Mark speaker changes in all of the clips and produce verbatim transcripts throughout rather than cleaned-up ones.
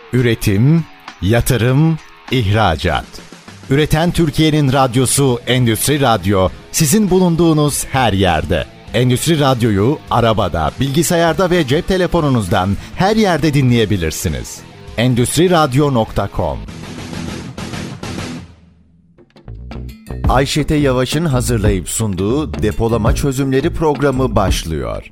Speaker 1: Üretim, yatırım, ihracat. Üreten Türkiye'nin radyosu Endüstri Radyo, sizin bulunduğunuz her yerde. Endüstri Radyo'yu arabada, bilgisayarda ve cep telefonunuzdan her yerde dinleyebilirsiniz. endüstri radyo nokta com. Ayşe Yavaş'ın hazırlayıp sunduğu Depolama Çözümleri programı başlıyor.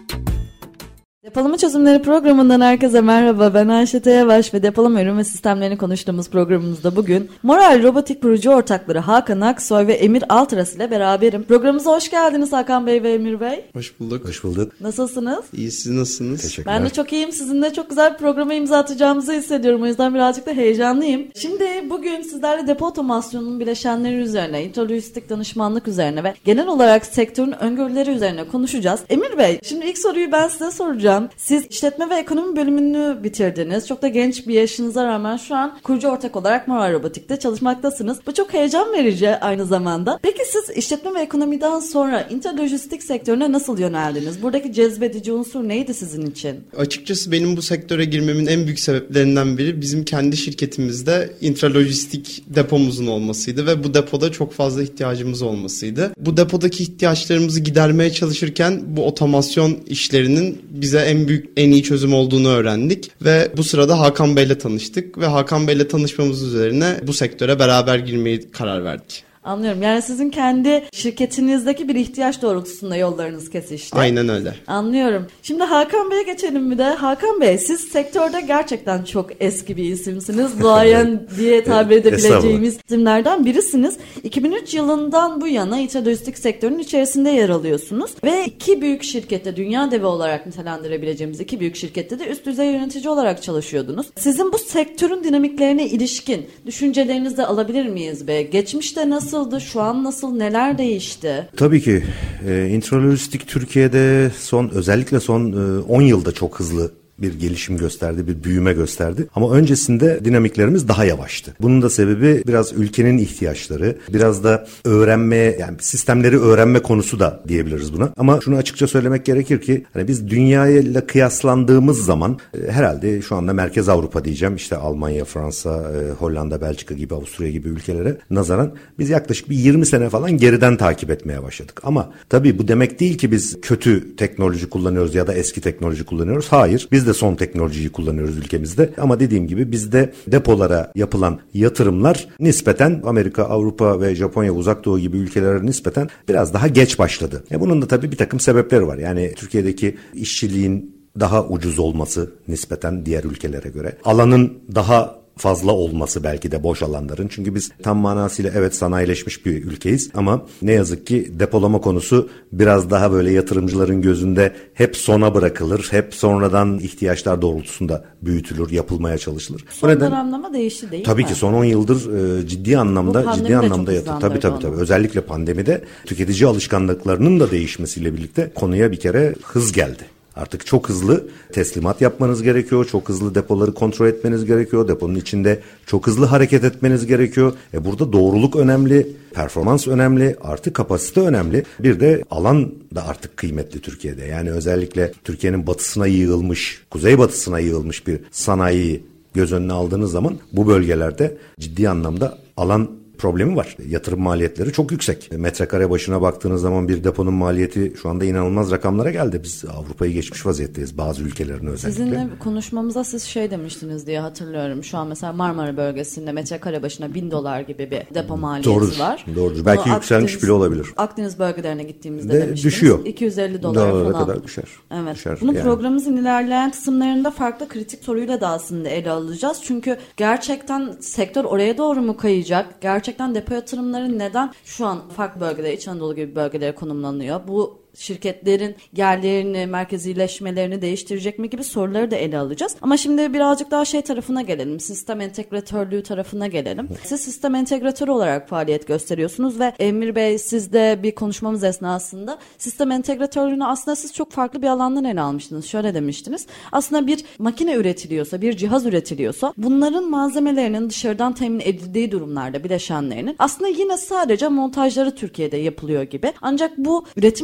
Speaker 2: Depolama Çözümleri programından herkese merhaba. Ben Ayşe Yavaş ve depolama ürün ve sistemlerini konuştuğumuz programımızda bugün Moral Robotik kurucu ortakları Hakan Aksoy ve Emir Altıras ile beraberim. Programımıza hoş geldiniz Hakan Bey ve Emir Bey.
Speaker 3: Hoş bulduk.
Speaker 4: Hoş bulduk.
Speaker 2: Nasılsınız?
Speaker 3: İyi, siz nasılsınız?
Speaker 4: Teşekkürler.
Speaker 2: Ben de çok iyiyim. Sizinle çok güzel bir programa imza atacağımızı hissediyorum. O yüzden birazcık da heyecanlıyım. Şimdi bugün sizlerle depo otomasyonunun bileşenleri üzerine, intralojistik danışmanlık üzerine ve genel olarak sektörün öngörüleri üzerine konuşacağız. Emir Bey, şimdi ilk soruyu ben size soracağım. Siz işletme ve ekonomi bölümünü bitirdiniz. Çok da genç bir yaşınıza rağmen şu an kurucu ortak olarak Moral Robotik'te çalışmaktasınız. Bu çok heyecan verici aynı zamanda. Peki siz işletme ve ekonomiden sonra intralojistik sektörüne nasıl yöneldiniz? Buradaki cezbedici unsur neydi sizin için?
Speaker 3: Açıkçası benim bu sektöre girmemin en büyük sebeplerinden biri bizim kendi şirketimizde intralojistik depomuzun olmasıydı ve bu depoda çok fazla ihtiyacımız olmasıydı. Bu depodaki ihtiyaçlarımızı gidermeye çalışırken bu otomasyon işlerinin bize en büyük, en iyi çözüm olduğunu öğrendik ve bu sırada Hakan Bey'le tanıştık ve Hakan Bey'le tanışmamız üzerine bu sektöre beraber girmeyi karar verdik.
Speaker 2: Anlıyorum. Yani sizin kendi şirketinizdeki bir ihtiyaç doğrultusunda yollarınız kesişti.
Speaker 3: Aynen öyle.
Speaker 2: Anlıyorum. Şimdi Hakan Bey'e geçelim bir de. Hakan Bey, siz sektörde gerçekten çok eski bir isimsiniz. Duayen diye tabir edebileceğimiz isimlerden birisiniz. iki bin üç yılından bu yana intralojistik sektörün içerisinde yer alıyorsunuz. Ve iki büyük şirkette, dünya devi olarak nitelendirebileceğimiz iki büyük şirkette de üst düzey yönetici olarak çalışıyordunuz. Sizin bu sektörün dinamiklerine ilişkin düşüncelerinizi de alabilir miyiz be? Geçmişte nasıl? Nasıldı? Şu an nasıl? Neler değişti?
Speaker 4: Tabii ki e, intralojistik Türkiye'de son özellikle son e, on yılda çok hızlı bir gelişim gösterdi, bir büyüme gösterdi. Ama öncesinde dinamiklerimiz daha yavaştı. Bunun da sebebi biraz ülkenin ihtiyaçları, biraz da öğrenmeye, yani sistemleri öğrenme konusu da diyebiliriz buna. Ama şunu açıkça söylemek gerekir ki hani biz dünyayla kıyaslandığımız zaman e, herhalde şu anda Merkez Avrupa diyeceğim. İşte Almanya, Fransa, e, Hollanda, Belçika gibi, Avusturya gibi ülkelere nazaran biz yaklaşık bir yirmi sene falan geriden takip etmeye başladık. Ama tabii bu demek değil ki biz kötü teknoloji kullanıyoruz ya da eski teknoloji kullanıyoruz. Hayır. Biz de son teknolojiyi kullanıyoruz ülkemizde. Ama dediğim gibi bizde depolara yapılan yatırımlar nispeten Amerika, Avrupa ve Japonya, Uzak Doğu gibi ülkelere nispeten biraz daha geç başladı. E bunun da tabii bir takım sebepleri var. Yani Türkiye'deki işçiliğin daha ucuz olması nispeten diğer ülkelere göre. Alanın daha fazla olması belki de boş alanların. Çünkü biz tam manasıyla evet sanayileşmiş bir ülkeyiz ama ne yazık ki depolama konusu biraz daha böyle yatırımcıların gözünde hep sona bırakılır. Hep sonradan ihtiyaçlar doğrultusunda büyütülür, yapılmaya çalışılır.
Speaker 2: Son neden, dönemleme değişti değil
Speaker 4: tabii
Speaker 2: mi?
Speaker 4: Tabii ki son on yıldır e, ciddi anlamda ciddi anlamda yatır. Tabii tabii tabii. Özellikle pandemide tüketici alışkanlıklarının da değişmesiyle birlikte konuya bir kere hız geldi. Artık çok hızlı teslimat yapmanız gerekiyor. Çok hızlı depoları kontrol etmeniz gerekiyor. Deponun içinde çok hızlı hareket etmeniz gerekiyor. E burada doğruluk önemli, performans önemli, artı kapasite önemli. Bir de alan da artık kıymetli Türkiye'de. Yani özellikle Türkiye'nin batısına yığılmış, kuzeybatısına yığılmış bir sanayiyi göz önüne aldığınız zaman bu bölgelerde ciddi anlamda alan problemi var. Yatırım maliyetleri çok yüksek. Metrekare başına baktığınız zaman bir deponun maliyeti şu anda inanılmaz rakamlara geldi. Biz Avrupa'yı geçmiş vaziyetteyiz bazı ülkelerin özellikle.
Speaker 2: Sizinle konuşmamıza siz şey demiştiniz diye hatırlıyorum. Şu an mesela Marmara bölgesinde metrekare başına bin dolar gibi bir depo maliyeti
Speaker 4: Doğrudur,
Speaker 2: var.
Speaker 4: Doğrudur. Belki Bunu yükselmiş Akdeniz, bile olabilir.
Speaker 2: Akdeniz bölgelerine gittiğimizde
Speaker 4: de
Speaker 2: demiştiniz.
Speaker 4: Düşüyor.
Speaker 2: iki yüz elli dolar
Speaker 4: Dolara
Speaker 2: falan.
Speaker 4: kadar düşer.
Speaker 2: Evet.
Speaker 4: Düşer
Speaker 2: Bunu
Speaker 4: yani.
Speaker 2: Programımızın ilerleyen kısımlarında farklı kritik soruyla da aslında ele alacağız. Çünkü gerçekten sektör oraya doğru mu kayacak? Gerçekten depo yatırımları neden şu an farklı bölgelere, İç Anadolu gibi bölgelere konumlanıyor? Bu şirketlerin yerlerini, merkezileşmelerini değiştirecek mi gibi soruları da ele alacağız. Ama şimdi birazcık daha şey tarafına gelelim. Sistem entegratörlüğü tarafına gelelim. Siz sistem entegratörü olarak faaliyet gösteriyorsunuz ve Emir Bey, siz de bir konuşmamız esnasında sistem entegratörlüğünü aslında siz çok farklı bir alandan ele almıştınız. Şöyle demiştiniz. Aslında bir makine üretiliyorsa, bir cihaz üretiliyorsa bunların malzemelerinin dışarıdan temin edildiği durumlarda bileşenlerinin aslında yine sadece montajları Türkiye'de yapılıyor gibi. Ancak bu üretim aşamasında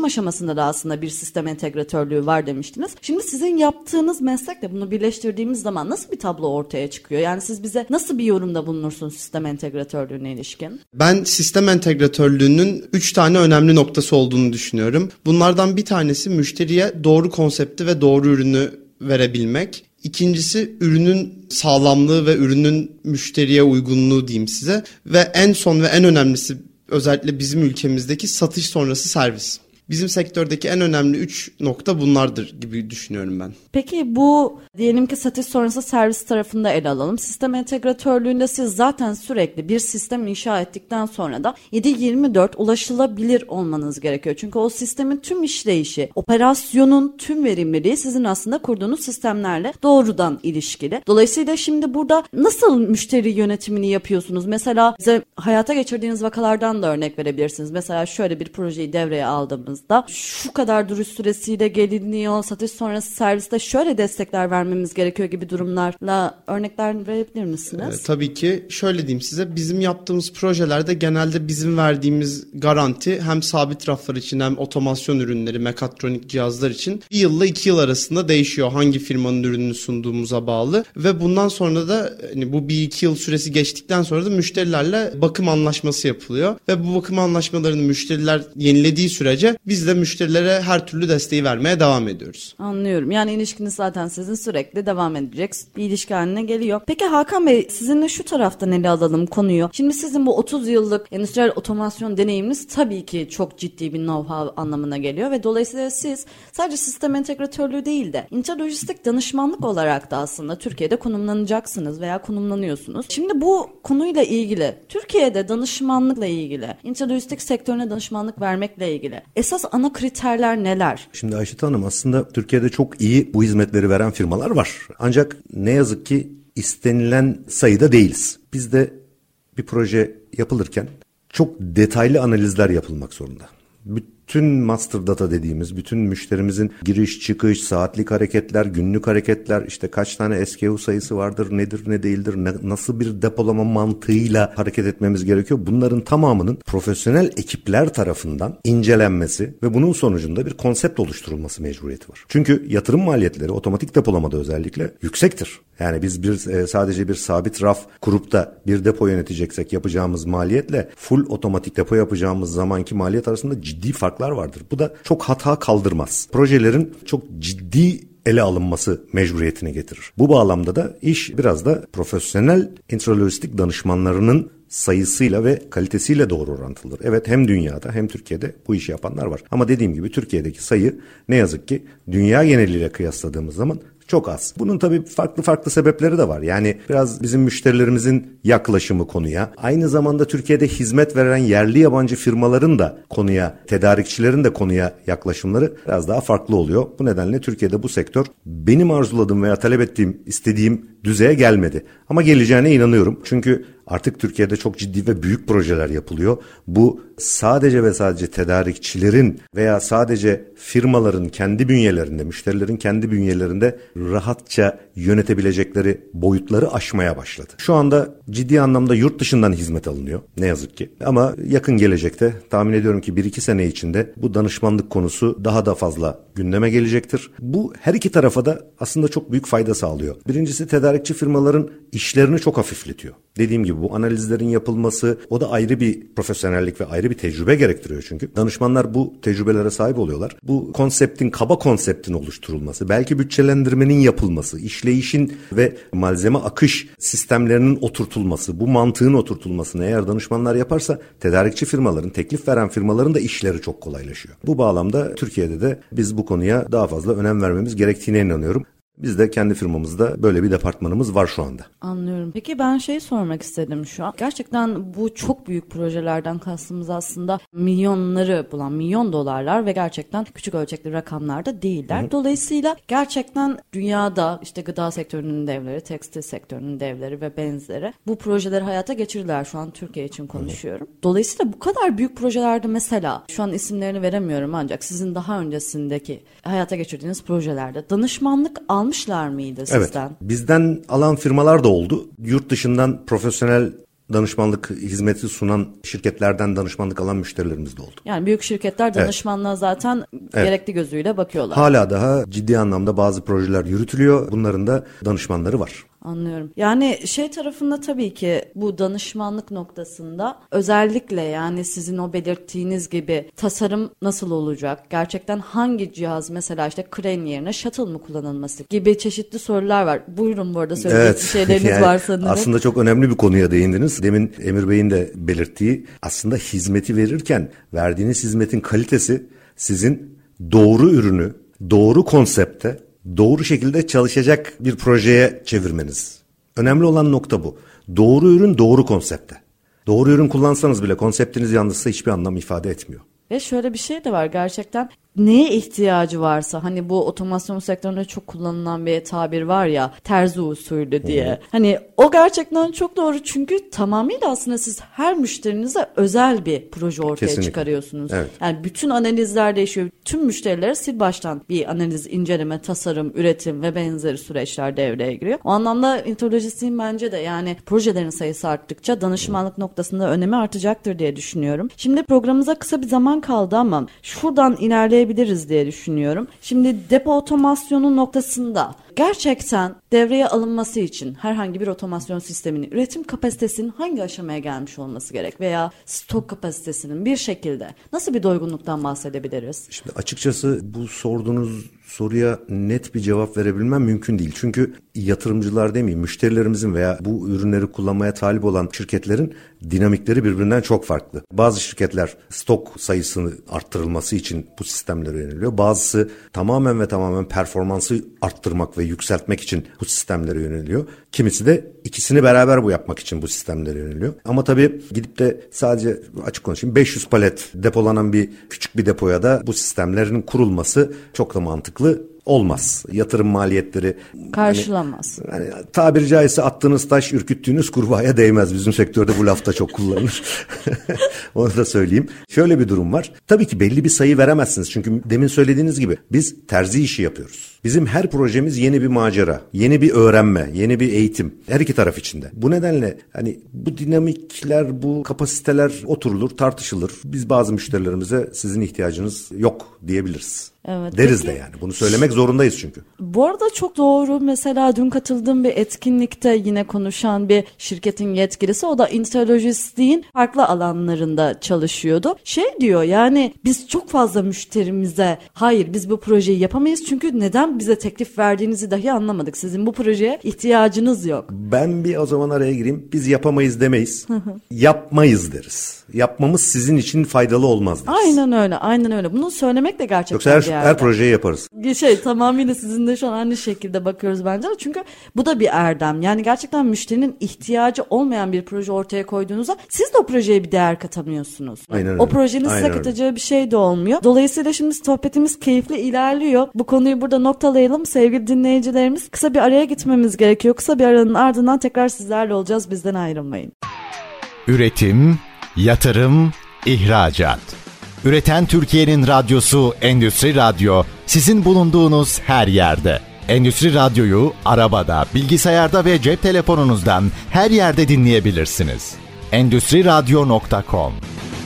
Speaker 2: içerisinde de aslında bir sistem entegratörlüğü var demiştiniz. Şimdi sizin yaptığınız meslekle bunu birleştirdiğimiz zaman nasıl bir tablo ortaya çıkıyor? Yani siz bize nasıl bir yorumda bulunursunuz sistem entegratörlüğüne ilişkin?
Speaker 3: Ben sistem entegratörlüğünün üç tane önemli noktası olduğunu düşünüyorum. Bunlardan bir tanesi müşteriye doğru konsepti ve doğru ürünü verebilmek. İkincisi ürünün sağlamlığı ve ürünün müşteriye uygunluğu diyeyim size. Ve en son ve en önemlisi özellikle bizim ülkemizdeki satış sonrası servis. Bizim sektördeki en önemli üç nokta bunlardır gibi düşünüyorum ben.
Speaker 2: Peki bu diyelim ki satış sonrası servis tarafında ele alalım. Sistem entegratörlüğünde siz zaten sürekli bir sistem inşa ettikten sonra da yedi yirmi dört ulaşılabilir olmanız gerekiyor. Çünkü o sistemin tüm işleyişi, operasyonun tüm verimliliği sizin aslında kurduğunuz sistemlerle doğrudan ilişkili. Dolayısıyla şimdi burada nasıl müşteri yönetimini yapıyorsunuz? Mesela bize hayata geçirdiğiniz vakalardan da örnek verebilirsiniz. Mesela şöyle bir projeyi devreye aldığımız da şu kadar duruş süresiyle geliniyor, satış sonrası serviste şöyle destekler vermemiz gerekiyor gibi durumlarla örnekler verebilir misiniz?
Speaker 3: Ee, tabii ki şöyle diyeyim size, bizim yaptığımız projelerde genelde bizim verdiğimiz garanti hem sabit raflar için hem otomasyon ürünleri, mekatronik cihazlar için bir yılla iki yıl arasında değişiyor, hangi firmanın ürününü sunduğumuza bağlı ve bundan sonra da hani bu bir iki yıl süresi geçtikten sonra da müşterilerle bakım anlaşması yapılıyor ve bu bakım anlaşmalarını müşteriler yenilediği sürece biz de müşterilere her türlü desteği vermeye devam ediyoruz.
Speaker 2: Anlıyorum. Yani ilişkiniz zaten sizin sürekli devam edecek bir ilişki haline geliyor. Peki Hakan Bey, sizinle şu taraftan ele alalım konuyu. Şimdi sizin bu otuz yıllık endüstriyel otomasyon deneyiminiz tabii ki çok ciddi bir know-how anlamına geliyor ve dolayısıyla siz sadece sistem entegratörlüğü değil de intralojistik danışmanlık olarak da aslında Türkiye'de konumlanacaksınız veya konumlanıyorsunuz. Şimdi bu konuyla ilgili, Türkiye'de danışmanlıkla ilgili, intralojistik sektörüne danışmanlık vermekle ilgili esas ana kriterler neler?
Speaker 4: Şimdi Ayşe Hanım, aslında Türkiye'de çok iyi bu hizmetleri veren firmalar var. Ancak ne yazık ki istenilen sayıda değiliz. Bizde bir proje yapılırken çok detaylı analizler yapılmak zorunda. Bütün master data dediğimiz, bütün müşterimizin giriş çıkış, saatlik hareketler, günlük hareketler, işte kaç tane S K U sayısı vardır, nedir ne değildir, ne, nasıl bir depolama mantığıyla hareket etmemiz gerekiyor. Bunların tamamının profesyonel ekipler tarafından incelenmesi ve bunun sonucunda bir konsept oluşturulması mecburiyeti var. Çünkü yatırım maliyetleri otomatik depolamada özellikle yüksektir. Yani biz bir sadece bir sabit raf kurup da bir depo yöneteceksek yapacağımız maliyetle full otomatik depo yapacağımız zamanki maliyet arasında ciddi farklar vardır. Bu da çok hata kaldırmaz. Projelerin çok ciddi ele alınması mecburiyetine getirir. Bu bağlamda da iş biraz da profesyonel intralojistik danışmanlarının sayısıyla ve kalitesiyle doğru orantılıdır. Evet, hem dünyada hem Türkiye'de bu işi yapanlar var. Ama dediğim gibi Türkiye'deki sayı ne yazık ki dünya geneliyle kıyasladığımız zaman çok az. Bunun tabii farklı farklı sebepleri de var. Yani biraz bizim müşterilerimizin yaklaşımı konuya, aynı zamanda Türkiye'de hizmet veren yerli yabancı firmaların da konuya, tedarikçilerin de konuya yaklaşımları biraz daha farklı oluyor. Bu nedenle Türkiye'de bu sektör benim arzuladığım veya talep ettiğim, istediğim düzeye gelmedi. Ama geleceğine inanıyorum. Çünkü artık Türkiye'de çok ciddi ve büyük projeler yapılıyor. Bu sadece ve sadece tedarikçilerin veya sadece firmaların kendi bünyelerinde, müşterilerin kendi bünyelerinde rahatça yönetebilecekleri boyutları aşmaya başladı. Şu anda ciddi anlamda yurt dışından hizmet alınıyor ne yazık ki. Ama yakın gelecekte tahmin ediyorum ki bir iki sene içinde bu danışmanlık konusu daha da fazla gündeme gelecektir. Bu her iki tarafa da aslında çok büyük fayda sağlıyor. Birincisi, tedarikçi firmaların işlerini çok hafifletiyor. Dediğim gibi bu analizlerin yapılması, o da ayrı bir profesyonellik ve ayrı bir tecrübe gerektiriyor çünkü. Danışmanlar bu tecrübelere sahip oluyorlar. Bu konseptin, kaba konseptin oluşturulması, belki bütçelendirmenin yapılması, işleyişin ve malzeme akış sistemlerinin oturtulması, bu mantığın oturtulmasını eğer danışmanlar yaparsa tedarikçi firmaların, teklif veren firmaların da işleri çok kolaylaşıyor. Bu bağlamda Türkiye'de de biz bu konuya daha fazla önem vermemiz gerektiğine inanıyorum. Biz de kendi firmamızda böyle bir departmanımız var şu anda.
Speaker 2: Anlıyorum. Peki ben şey sormak istedim şu an. Gerçekten bu çok büyük projelerden kastımız aslında milyonları bulan, milyon dolarlar ve gerçekten küçük ölçekli rakamlar da değiller. Hı hı. Dolayısıyla gerçekten dünyada işte gıda sektörünün devleri, tekstil sektörünün devleri ve benzeri bu projeleri hayata geçirdiler. Şu an Türkiye için konuşuyorum. Hı hı. Dolayısıyla bu kadar büyük projelerde mesela şu an isimlerini veremiyorum ancak sizin daha öncesindeki hayata geçirdiğiniz projelerde danışmanlık almışlar mıydı sizden?
Speaker 4: Evet. Bizden alan firmalar da oldu. Yurt dışından profesyonel danışmanlık hizmeti sunan şirketlerden danışmanlık alan müşterilerimiz de oldu.
Speaker 2: Yani büyük şirketler danışmanlığa evet. zaten evet. gerekli gözüyle bakıyorlar.
Speaker 4: Hala daha ciddi anlamda bazı projeler yürütülüyor. Bunların da danışmanları var.
Speaker 2: Anlıyorum. Yani şey tarafında tabii ki bu danışmanlık noktasında özellikle yani sizin o belirttiğiniz gibi tasarım nasıl olacak? Gerçekten hangi cihaz mesela işte crane yerine shuttle mı kullanılması gibi çeşitli sorular var. Buyurun bu arada söyleyecek evet. bir şeyleriniz yani var sanırım.
Speaker 4: Aslında çok önemli bir konuya değindiniz. Demin Emir Bey'in de belirttiği aslında hizmeti verirken verdiğiniz hizmetin kalitesi sizin doğru ürünü, doğru konsepte, doğru şekilde çalışacak bir projeye çevirmeniz. Önemli olan nokta bu. Doğru ürün, doğru konsepte. Doğru ürün kullansanız bile konseptiniz yanlışsa hiçbir anlam ifade etmiyor.
Speaker 2: Ve şöyle bir şey de var gerçekten. Neye ihtiyacı varsa hani bu otomasyon sektöründe çok kullanılan bir tabir var ya terzi usulü diye. Hmm. Hani o gerçekten çok doğru çünkü tamamıyla aslında siz her müşterinize özel bir proje ortaya Kesinlikle. çıkarıyorsunuz. Evet. Yani bütün analizler değişiyor. Tüm müşterilere sil baştan bir analiz, inceleme, tasarım, üretim ve benzeri süreçler devreye giriyor. O anlamda intralojistiğin bence de yani projelerin sayısı arttıkça danışmanlık hmm. noktasında önemi artacaktır diye düşünüyorum. Şimdi programımıza kısa bir zaman kaldı ama şuradan ilerleyebiliriz diye düşünüyorum. Şimdi depo otomasyonu noktasında gerçekten devreye alınması için herhangi bir otomasyon sisteminin üretim kapasitesinin hangi aşamaya gelmiş olması gerek veya stok kapasitesinin bir şekilde nasıl bir doygunluktan bahsedebiliriz?
Speaker 4: Şimdi açıkçası bu sorduğunuz soruya net bir cevap verebilmem mümkün değil. Çünkü yatırımcılar demeyeyim, müşterilerimizin veya bu ürünleri kullanmaya talip olan şirketlerin dinamikleri birbirinden çok farklı. Bazı şirketler stok sayısını arttırılması için bu sistemlere yöneliyor. Bazısı tamamen ve tamamen performansı arttırmak ve yükseltmek için bu sistemlere yöneliyor. Kimisi de ikisini beraber bu yapmak için bu sistemlere yöneliyor. Ama tabii gidip de sadece açık konuşayım beş yüz palet depolanan bir küçük bir depoya da bu sistemlerin kurulması çok da mantıklı olmaz. Yatırım maliyetleri
Speaker 2: karşılamaz.
Speaker 4: Yani, yani tabiri caizse attığınız taş ürküttüğünüz kurbağaya değmez. Bizim sektörde bu laf da çok kullanılır. Onu da söyleyeyim. Şöyle bir durum var. Tabii ki belli bir sayı veremezsiniz. Çünkü demin söylediğiniz gibi biz terzi işi yapıyoruz. Bizim her projemiz yeni bir macera, yeni bir öğrenme, yeni bir eğitim. Her iki taraf içinde. Bu nedenle hani bu dinamikler, bu kapasiteler oturulur, tartışılır. Biz bazı müşterilerimize sizin ihtiyacınız yok diyebiliriz. Evet, deriz peki, de yani. Bunu söylemek zorundayız çünkü.
Speaker 2: Bu arada çok doğru. Mesela dün katıldığım bir etkinlikte yine konuşan bir şirketin yetkilisi, o da intralojistiğin farklı alanlarında çalışıyordu. Şey diyor yani biz çok fazla müşterimize hayır biz bu projeyi yapamayız çünkü neden bize teklif verdiğinizi dahi anlamadık. Sizin bu projeye ihtiyacınız yok.
Speaker 4: Ben bir o zaman araya gireyim. Biz yapamayız demeyiz. Yapmayız deriz. Yapmamız sizin için faydalı olmaz deriz.
Speaker 2: Aynen öyle. Aynen öyle. Bunu söylemek de gerçekten
Speaker 4: Yoksa her, her projeyi yaparız.
Speaker 2: Şey tamamıyla sizinle şu an aynı şekilde bakıyoruz bence de. Çünkü bu da bir erdem. Yani gerçekten müşterinin ihtiyacı olmayan bir proje ortaya koyduğunuzda siz de o projeye bir değer katamıyorsunuz.
Speaker 4: Aynen öyle.
Speaker 2: O projenin Aynen size öyle. katacağı bir şey de olmuyor. Dolayısıyla şimdi sohbetimiz keyifli ilerliyor. Bu konuyu burada noktalayalım. Sevgili dinleyicilerimiz, kısa bir araya gitmemiz gerekiyor. Kısa bir aranın ardından tekrar sizlerle olacağız. Bizden ayrılmayın.
Speaker 1: Üretim, yatırım, ihracat. Üreten Türkiye'nin radyosu Endüstri Radyo, sizin bulunduğunuz her yerde. Endüstri Radyo'yu arabada, bilgisayarda ve cep telefonunuzdan her yerde dinleyebilirsiniz. endüstri radyo nokta com.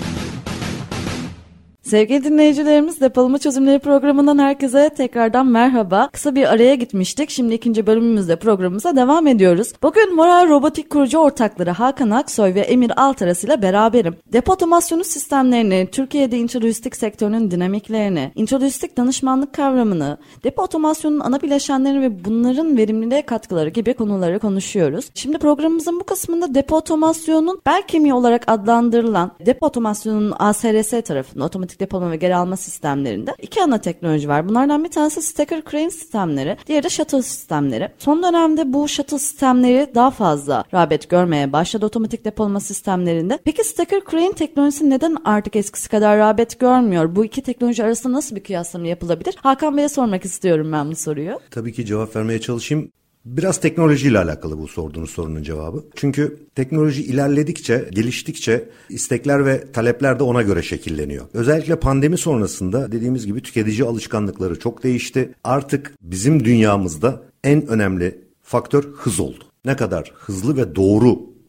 Speaker 2: Sevgili dinleyicilerimiz, Depolama Çözümleri programından herkese tekrardan merhaba. Kısa bir araya gitmiştik. Şimdi ikinci bölümümüzde programımıza devam ediyoruz. Bugün Moral Robotik kurucu ortakları Hakan Aksoy ve Emir Altaras ile beraberim. Depo otomasyonu sistemlerini, Türkiye'de intralojistik sektörünün dinamiklerini, intralojistik danışmanlık kavramını, depo otomasyonunun ana bileşenlerini ve bunların verimliliğe katkıları gibi konuları konuşuyoruz. Şimdi programımızın bu kısmında depo otomasyonunun bel kemiği olarak adlandırılan depo otomasyonunun A S R S tarafında, otomatik depolama ve geri alma sistemlerinde iki ana teknoloji var. Bunlardan bir tanesi stacker crane sistemleri, diğeri de shuttle sistemleri. Son dönemde bu shuttle sistemleri daha fazla rağbet görmeye başladı otomatik depolama sistemlerinde. Peki stacker crane teknolojisi neden artık eskisi kadar rağbet görmüyor? Bu iki teknoloji arasında nasıl bir kıyaslama yapılabilir? Hakan Bey'e sormak istiyorum ben bu soruyu.
Speaker 4: Tabii ki cevap vermeye çalışayım. Biraz teknolojiyle alakalı bu sorduğunuz sorunun cevabı. Çünkü teknoloji ilerledikçe, geliştikçe istekler ve talepler de ona göre şekilleniyor. Özellikle pandemi sonrasında dediğimiz gibi tüketici alışkanlıkları çok değişti. Artık bizim dünyamızda en önemli faktör hız oldu. Ne kadar hızlı ve doğru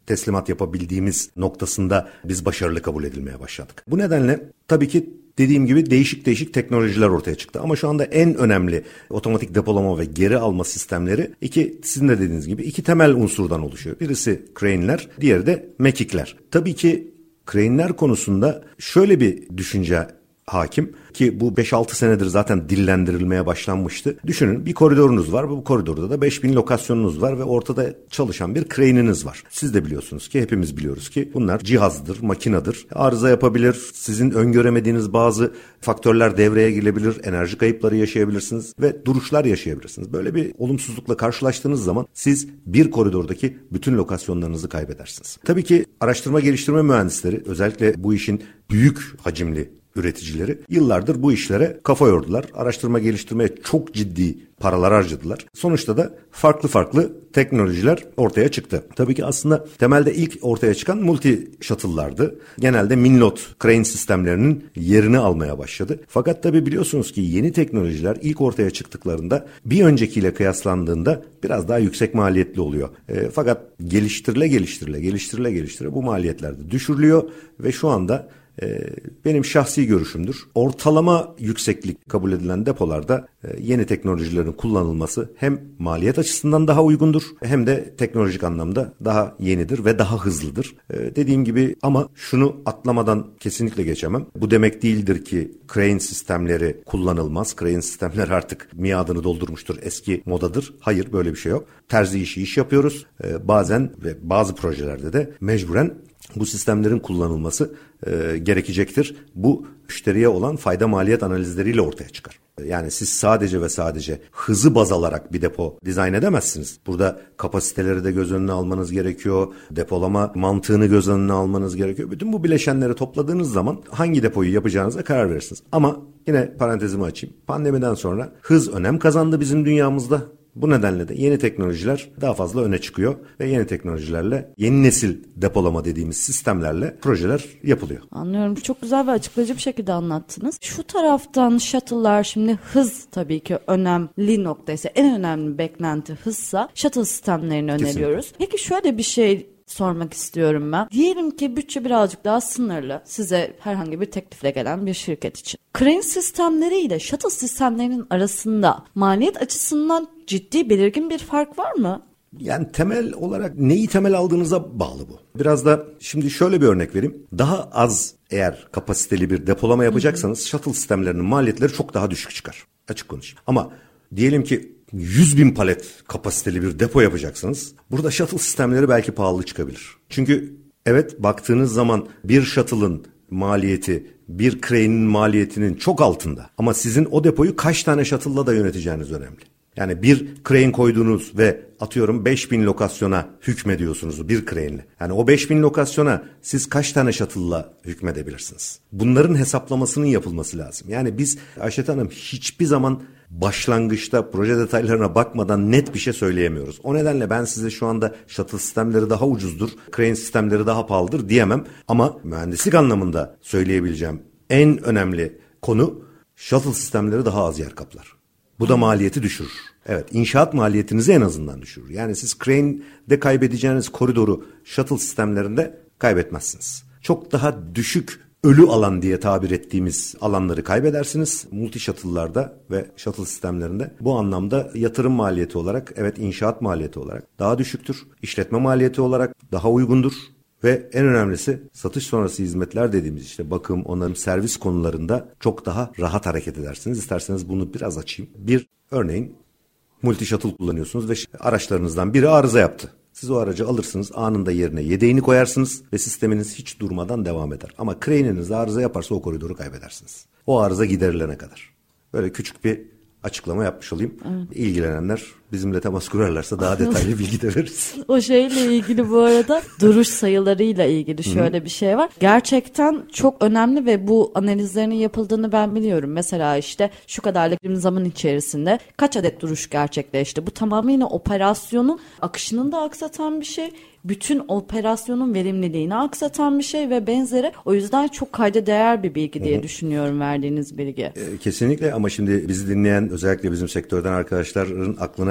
Speaker 4: teslimat yapabildiğimiz noktasında biz başarılı kabul edilmeye başladık. Bu nedenle tabii ki dediğim gibi değişik değişik teknolojiler ortaya çıktı. Ama şu anda en önemli otomatik depolama ve geri alma sistemleri iki, sizin de dediğiniz gibi iki temel unsurdan oluşuyor. Birisi crane'ler, diğeri de mekikler. Tabii ki crane'ler konusunda şöyle bir düşünce hakim ki bu beş altı senedir zaten dillendirilmeye başlanmıştı. Düşünün, bir koridorunuz var. Bu koridorda da beş bin lokasyonunuz var ve ortada çalışan bir crane'iniz var. Siz de biliyorsunuz ki, hepimiz biliyoruz ki bunlar cihazdır, makinedir. Arıza yapabilir. Sizin öngöremediğiniz bazı faktörler devreye girebilir. Enerji kayıpları yaşayabilirsiniz ve duruşlar yaşayabilirsiniz. Böyle bir olumsuzlukla karşılaştığınız zaman siz bir koridordaki bütün lokasyonlarınızı kaybedersiniz. Tabii ki araştırma geliştirme mühendisleri, özellikle bu işin büyük hacimli üreticileri yıllardır bu işlere kafa yordular. Araştırma geliştirmeye çok ciddi paralar harcadılar. Sonuçta da farklı farklı teknolojiler ortaya çıktı. Tabii ki aslında temelde ilk ortaya çıkan multi shuttle'lardı. Genelde Minlot crane sistemlerinin yerini almaya başladı. Fakat tabii biliyorsunuz ki yeni teknolojiler ilk ortaya çıktıklarında bir öncekiyle kıyaslandığında biraz daha yüksek maliyetli oluyor. E, fakat geliştirile geliştirile geliştirile geliştirile bu maliyetler de düşürülüyor ve şu anda benim şahsi görüşümdür. Ortalama yükseklik kabul edilen depolarda yeni teknolojilerin kullanılması hem maliyet açısından daha uygundur hem de teknolojik anlamda daha yenidir ve daha hızlıdır. Dediğim gibi, ama şunu atlamadan kesinlikle geçemem. Bu demek değildir ki crane sistemleri kullanılmaz. Crane sistemler artık miadını doldurmuştur, eski modadır. Hayır, böyle bir şey yok. Terzi işi iş yapıyoruz. Bazen ve bazı projelerde de mecburen bu sistemlerin kullanılması e, gerekecektir. Bu müşteriye olan fayda maliyet analizleriyle ortaya çıkar. Yani siz sadece ve sadece hızı baz alarak bir depo dizayn edemezsiniz. Burada kapasiteleri de göz önüne almanız gerekiyor. Depolama mantığını göz önüne almanız gerekiyor. Bütün bu bileşenleri topladığınız zaman hangi depoyu yapacağınıza karar verirsiniz. Ama yine parantezimi açayım. Pandemiden sonra hız önem kazandı bizim dünyamızda. Bu nedenle de yeni teknolojiler daha fazla öne çıkıyor ve yeni teknolojilerle, yeni nesil depolama dediğimiz sistemlerle projeler yapılıyor.
Speaker 2: Anlıyorum. Çok güzel ve açıklayıcı bir şekilde anlattınız. Şu taraftan shuttle'lar, şimdi hız tabii ki önemli noktaysa, en önemli beklenti hızsa shuttle sistemlerini öneriyoruz. Kesinlikle. Peki şöyle bir şey sormak istiyorum ben. Diyelim ki bütçe birazcık daha sınırlı. Size herhangi bir teklifle gelen bir şirket için. Crane sistemleri ile shuttle sistemlerinin arasında maliyet açısından ciddi, belirgin bir fark var mı?
Speaker 4: Yani temel olarak neyi temel aldığınıza bağlı bu. Biraz da şimdi şöyle bir örnek vereyim. Daha az eğer kapasiteli bir depolama yapacaksanız, hı hı, shuttle sistemlerinin maliyetleri çok daha düşük çıkar. Açık konuşayım. Ama diyelim ki yüz bin palet kapasiteli bir depo yapacaksınız. Burada shuttle sistemleri belki pahalı çıkabilir. Çünkü evet, baktığınız zaman bir shuttle'ın maliyeti bir crane'in maliyetinin çok altında. Ama sizin o depoyu kaç tane shuttle'la da yöneteceğiniz önemli. Yani bir crane koyduğunuz ve atıyorum beş bin lokasyona hükmediyorsunuz bir crane'le. Yani o beş bin lokasyona siz kaç tane shuttle'la hükmedebilirsiniz? Bunların hesaplamasının yapılması lazım. Yani biz Ayşet Hanım hiçbir zaman başlangıçta proje detaylarına bakmadan net bir şey söyleyemiyoruz. O nedenle ben size şu anda shuttle sistemleri daha ucuzdur, crane sistemleri daha pahalıdır diyemem. Ama mühendislik anlamında söyleyebileceğim en önemli konu, shuttle sistemleri daha az yer kaplar. Bu da maliyeti düşürür. Evet, inşaat maliyetinizi en azından düşürür. Yani siz crane'de kaybedeceğiniz koridoru shuttle sistemlerinde kaybetmezsiniz. Çok daha düşük ölü alan diye tabir ettiğimiz alanları kaybedersiniz. Multi shuttle'larda ve shuttle sistemlerinde bu anlamda yatırım maliyeti olarak, evet, inşaat maliyeti olarak daha düşüktür. İşletme maliyeti olarak daha uygundur. Ve en önemlisi, satış sonrası hizmetler dediğimiz işte bakım, onarım, servis konularında çok daha rahat hareket edersiniz. İsterseniz bunu biraz açayım. Bir örneğin multi shuttle kullanıyorsunuz ve araçlarınızdan biri arıza yaptı. Siz o aracı alırsınız, anında yerine yedeğini koyarsınız ve sisteminiz hiç durmadan devam eder. Ama crane'iniz arıza yaparsa o koridoru kaybedersiniz. O arıza giderilene kadar. Böyle küçük bir açıklama yapmış olayım. Evet. İlgilenenler bizimle temas kurarlarsa daha detaylı bilgi de veririz.
Speaker 2: O şeyle ilgili bu arada duruş sayılarıyla ilgili şöyle bir şey var. Gerçekten çok önemli ve bu analizlerinin yapıldığını ben biliyorum. Mesela işte şu kadarlık bir zaman içerisinde kaç adet duruş gerçekleşti. Bu tamamıyla operasyonun akışının da aksatan bir şey. Bütün operasyonun verimliliğini aksatan bir şey ve benzeri. O yüzden çok kayda değer bir bilgi diye, hı-hı, düşünüyorum verdiğiniz bilgi.
Speaker 4: E, kesinlikle, ama şimdi bizi dinleyen özellikle bizim sektörden arkadaşların aklına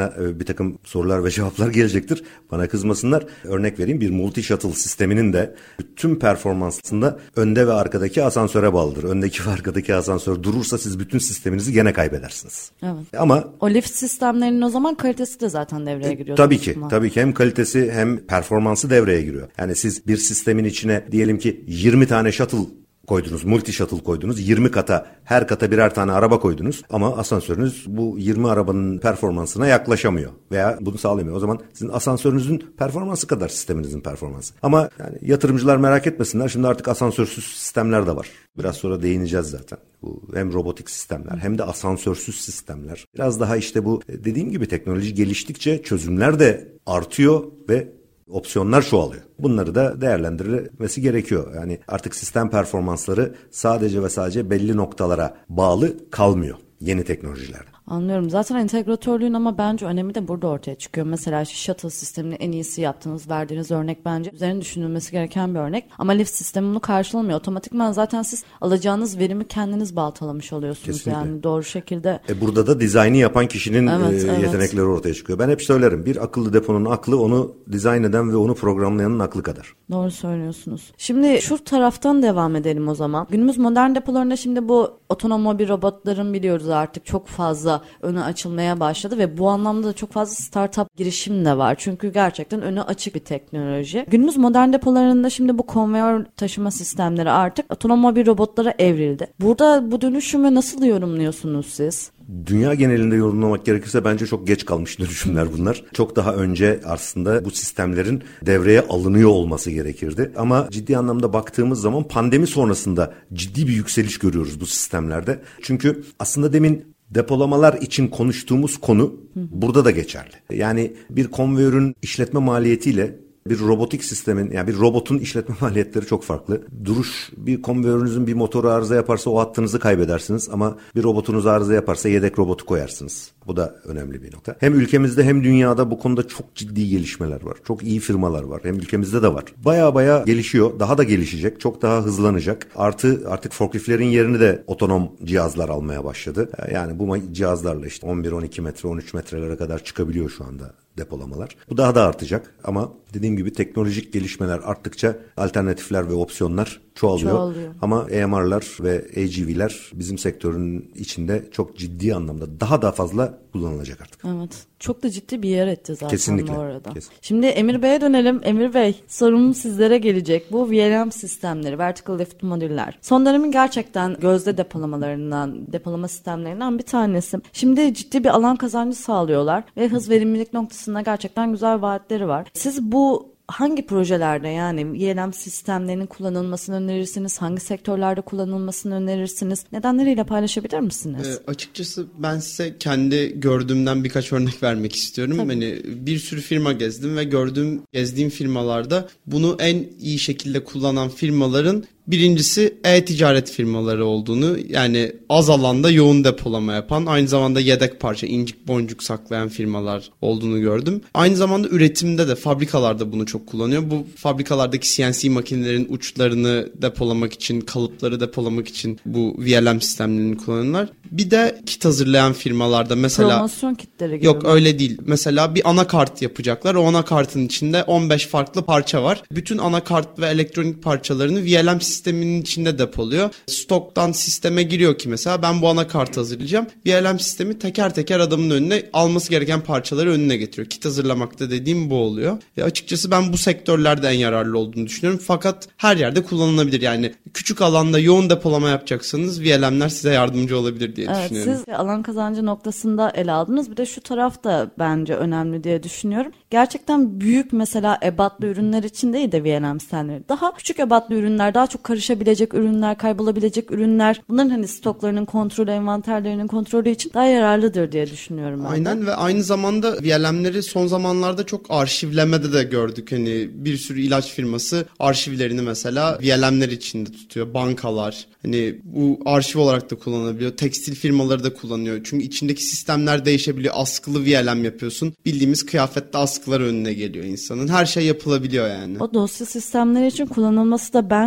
Speaker 4: bana bir takım sorular ve cevaplar gelecektir. Bana kızmasınlar. Örnek vereyim, bir multi shuttle sisteminin de bütün performansında önde ve arkadaki asansöre bağlıdır. Öndeki ve arkadaki asansör durursa siz bütün sisteminizi gene kaybedersiniz.
Speaker 2: Evet.
Speaker 4: Ama
Speaker 2: o lift sistemlerinin o zaman kalitesi de zaten devreye giriyor.
Speaker 4: Tabii ki. Ama. Tabii ki hem kalitesi hem performansı devreye giriyor. Yani siz bir sistemin içine diyelim ki yirmi tane shuttle koydunuz, multi shuttle koydunuz, yirmi kata, her kata birer tane araba koydunuz ama asansörünüz bu yirmi arabanın performansına yaklaşamıyor veya bunu sağlamıyor. O zaman sizin asansörünüzün performansı kadar sisteminizin performansı. Ama yani yatırımcılar merak etmesinler, şimdi artık asansörsüz sistemler de var. Biraz sonra değineceğiz zaten. Bu hem robotik sistemler hem de asansörsüz sistemler. Biraz daha işte bu dediğim gibi teknoloji geliştikçe çözümler de artıyor ve opsiyonlar çoğalıyor. Bunları da değerlendirilmesi gerekiyor. Yani artık sistem performansları sadece ve sadece belli noktalara bağlı kalmıyor yeni teknolojilerde.
Speaker 2: Anlıyorum. Zaten entegratörlüğün ama bence önemi de burada ortaya çıkıyor. Mesela şu shuttle sistemini en iyisi yaptığınız, verdiğiniz örnek bence üzerine düşünülmesi gereken bir örnek. Ama lift sistemi bunu karşılamıyor. Otomatikman zaten siz alacağınız verimi kendiniz baltalamış oluyorsunuz. Kesinlikle. Yani doğru şekilde.
Speaker 4: E burada da dizaynı yapan kişinin
Speaker 2: evet,
Speaker 4: e,
Speaker 2: evet.
Speaker 4: yetenekleri ortaya çıkıyor. Ben hep söylerim, bir akıllı deponun aklı onu dizayn eden ve onu programlayanın aklı kadar.
Speaker 2: Doğru söylüyorsunuz. Şimdi şu taraftan devam edelim o zaman. Günümüz modern depolarında şimdi bu otonom mobil robotların biliyoruz artık çok fazla önü açılmaya başladı ve bu anlamda da çok fazla startup girişim de var. Çünkü gerçekten önü açık bir teknoloji. Günümüz modern depolarında şimdi bu konveyör taşıma sistemleri artık otonom mobil robotlara evrildi. Burada bu dönüşümü nasıl yorumluyorsunuz siz?
Speaker 4: Dünya genelinde yorumlamak gerekirse bence çok geç kalmış dönüşümler bunlar. Çok daha önce aslında bu sistemlerin devreye alınıyor olması gerekirdi. Ama ciddi anlamda baktığımız zaman pandemi sonrasında ciddi bir yükseliş görüyoruz bu sistemlerde. Çünkü aslında demin depolamalar için konuştuğumuz konu burada da geçerli. Yani bir konveyörün işletme maliyetiyle bir robotik sistemin, yani bir robotun işletme maliyetleri çok farklı. Duruş, bir konveyörünüzün bir motoru arıza yaparsa o hattınızı kaybedersiniz ama bir robotunuz arıza yaparsa yedek robotu koyarsınız. Bu da önemli bir nokta. Hem ülkemizde hem dünyada bu konuda çok ciddi gelişmeler var. Çok iyi firmalar var. Hem ülkemizde de var. Baya baya gelişiyor. Daha da gelişecek. Çok daha hızlanacak. Artı artık forkliftlerin yerini de otonom cihazlar almaya başladı. Yani bu cihazlarla işte on bir on iki metre, on üç metrelere kadar çıkabiliyor şu anda depolamalar. Bu daha da artacak ama dediğim gibi teknolojik gelişmeler arttıkça alternatifler ve opsiyonlar çoğalıyor. çoğalıyor. Ama A M R'lar ve A G V'ler bizim sektörün içinde çok ciddi anlamda daha da fazla kullanılacak artık.
Speaker 2: Evet. Çok da ciddi bir yer etti zaten.
Speaker 4: Kesinlikle.
Speaker 2: Bu arada.
Speaker 4: Kesin.
Speaker 2: Şimdi Emir Bey'e dönelim. Emir Bey, sorum sizlere gelecek. Bu V L M sistemleri, vertical lift modüller. Son dönemin gerçekten gözde depolamalarından, depolama sistemlerinden bir tanesi. Şimdi ciddi bir alan kazancı sağlıyorlar ve hız verimlilik noktasında gerçekten güzel vaatleri var. Siz bu hangi projelerde, yani V L M sistemlerinin kullanılmasını önerirsiniz? Hangi sektörlerde kullanılmasını önerirsiniz? Nedenleriyle paylaşabilir misiniz?
Speaker 3: E, açıkçası ben size kendi gördüğümden birkaç örnek vermek istiyorum. Tabii. Hani bir sürü firma gezdim ve gördüğüm, gezdiğim firmalarda bunu en iyi şekilde kullanan firmaların birincisi e-ticaret firmaları olduğunu, yani az alanda yoğun depolama yapan, aynı zamanda yedek parça, incik boncuk saklayan firmalar olduğunu gördüm. Aynı zamanda üretimde de, fabrikalarda bunu çok kullanıyor. Bu fabrikalardaki C N C makinelerin uçlarını depolamak için, kalıpları depolamak için bu V L M sistemlerini kullanıyorlar. Bir de kit hazırlayan firmalarda mesela...
Speaker 2: Promosyon kitleri gibi.
Speaker 3: Yok, öyle değil. Mesela bir anakart yapacaklar. O anakartın içinde on beş farklı parça var. Bütün anakart ve elektronik parçalarını V L M sisteminin içinde depoluyor. Stoktan sisteme giriyor ki mesela ben bu anakartı hazırlayacağım. V L M sistemi teker teker adamın önüne alması gereken parçaları önüne getiriyor. Kit hazırlamakta dediğim bu oluyor. E açıkçası ben bu sektörlerde en yararlı olduğunu düşünüyorum. Fakat her yerde kullanılabilir. Yani küçük alanda yoğun depolama yapacaksanız V L M'ler size yardımcı olabilir diye
Speaker 2: evet,
Speaker 3: düşünüyorum.
Speaker 2: Siz alan kazancı noktasında ele aldınız. Bir de şu taraf da bence önemli diye düşünüyorum. Gerçekten büyük mesela ebatlı ürünler için değil de V L M sistemleri. Daha küçük ebatlı ürünler, daha çok karışabilecek ürünler, kaybolabilecek ürünler. Bunların hani stoklarının kontrolü, envanterlerinin kontrolü için daha yararlıdır diye düşünüyorum.
Speaker 3: Aynen
Speaker 2: ben.
Speaker 3: Ve aynı zamanda V L M'leri son zamanlarda çok arşivlemede de gördük. Hani bir sürü ilaç firması arşivlerini mesela V L M'ler içinde tutuyor. Bankalar. Hani bu arşiv olarak da kullanılabiliyor. Tekstil firmaları da kullanıyor. Çünkü içindeki sistemler değişebiliyor. Askılı V L M yapıyorsun. Bildiğimiz kıyafette askılar önüne geliyor insanın. Her şey yapılabiliyor yani.
Speaker 2: O dosya sistemleri için kullanılması da bence otomatik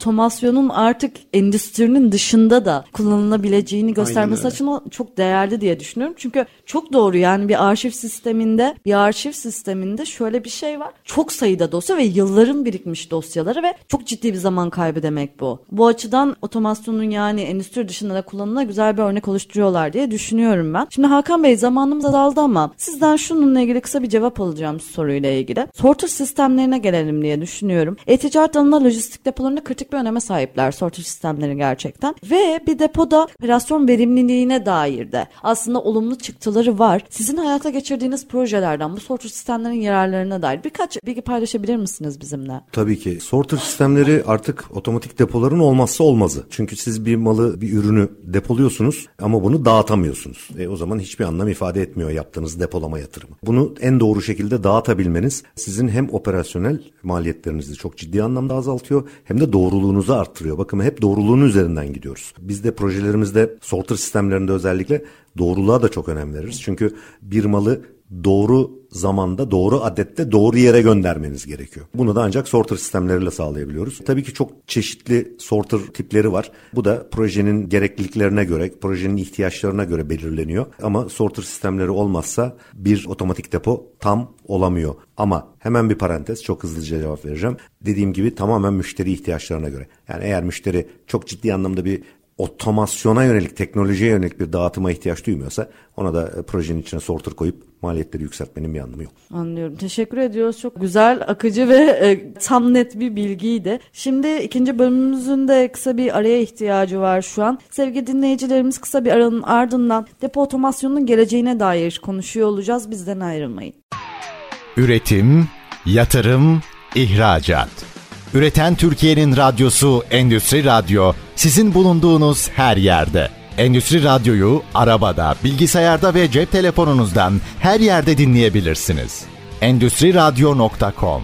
Speaker 2: otomasyonun artık endüstrinin dışında da kullanılabileceğini göstermesi açısından çok değerli diye düşünüyorum. Çünkü çok doğru, yani bir arşiv sisteminde bir arşiv sisteminde şöyle bir şey var. Çok sayıda dosya ve yılların birikmiş dosyaları ve çok ciddi bir zaman kaybı demek bu. Bu açıdan otomasyonun yani endüstri dışında da kullanımına güzel bir örnek oluşturuyorlar diye düşünüyorum ben. Şimdi Hakan Bey, zamanımız azaldı ama sizden şununla ilgili kısa bir cevap alacağım soruyla ilgili. Sorter sistemlerine gelelim diye düşünüyorum. E-ticaret alanında lojistik depolarında kritik bir öneme sahipler sorter sistemleri gerçekten. Ve bir depoda operasyon verimliliğine dair de aslında olumlu çıktıları var. Sizin hayata geçirdiğiniz projelerden bu sorter sistemlerin yararlarına dair birkaç bilgi paylaşabilir misiniz bizimle?
Speaker 4: Tabii ki. Sorter sistemleri artık otomatik depoların olmazsa olmazı. Çünkü siz bir malı, bir ürünü depoluyorsunuz ama bunu dağıtamıyorsunuz. E, o zaman hiçbir anlam ifade etmiyor yaptığınız depolama yatırımı. Bunu en doğru şekilde dağıtabilmeniz sizin hem operasyonel maliyetlerinizi çok ciddi anlamda azaltıyor hem de doğruluğunuzu arttırıyor. Bakın hep doğruluğun üzerinden gidiyoruz. Biz de projelerimizde sorter sistemlerinde özellikle doğruluğa da çok önem veririz. Çünkü bir malı doğru zamanda, doğru adette, doğru yere göndermeniz gerekiyor. Bunu da ancak sorter sistemleriyle sağlayabiliyoruz. Tabii ki çok çeşitli sorter tipleri var. Bu da projenin gerekliliklerine göre, projenin ihtiyaçlarına göre belirleniyor. Ama sorter sistemleri olmazsa bir otomatik depo tam olamıyor. Ama hemen bir parantez, çok hızlıca cevap vereceğim. Dediğim gibi tamamen müşteri ihtiyaçlarına göre. Yani eğer müşteri çok ciddi anlamda bir otomasyona yönelik, teknolojiye yönelik bir dağıtıma ihtiyaç duymuyorsa ona da projenin içine sorter koyup maliyetleri yükseltmenin bir anlamı yok.
Speaker 2: Anlıyorum. Teşekkür ediyoruz. Çok güzel, akıcı ve e, tam net bir bilgiydi. Şimdi ikinci bölümümüzün de kısa bir araya ihtiyacı var şu an. Sevgili dinleyicilerimiz, kısa bir aranın ardından depo otomasyonunun geleceğine dair konuşuyor olacağız. Bizden ayrılmayın.
Speaker 1: Üretim, yatırım, ihracat. Üreten Türkiye'nin radyosu Endüstri Radyo, sizin bulunduğunuz her yerde. Endüstri Radyo'yu arabada, bilgisayarda ve cep telefonunuzdan her yerde dinleyebilirsiniz. endüstri radyo nokta com.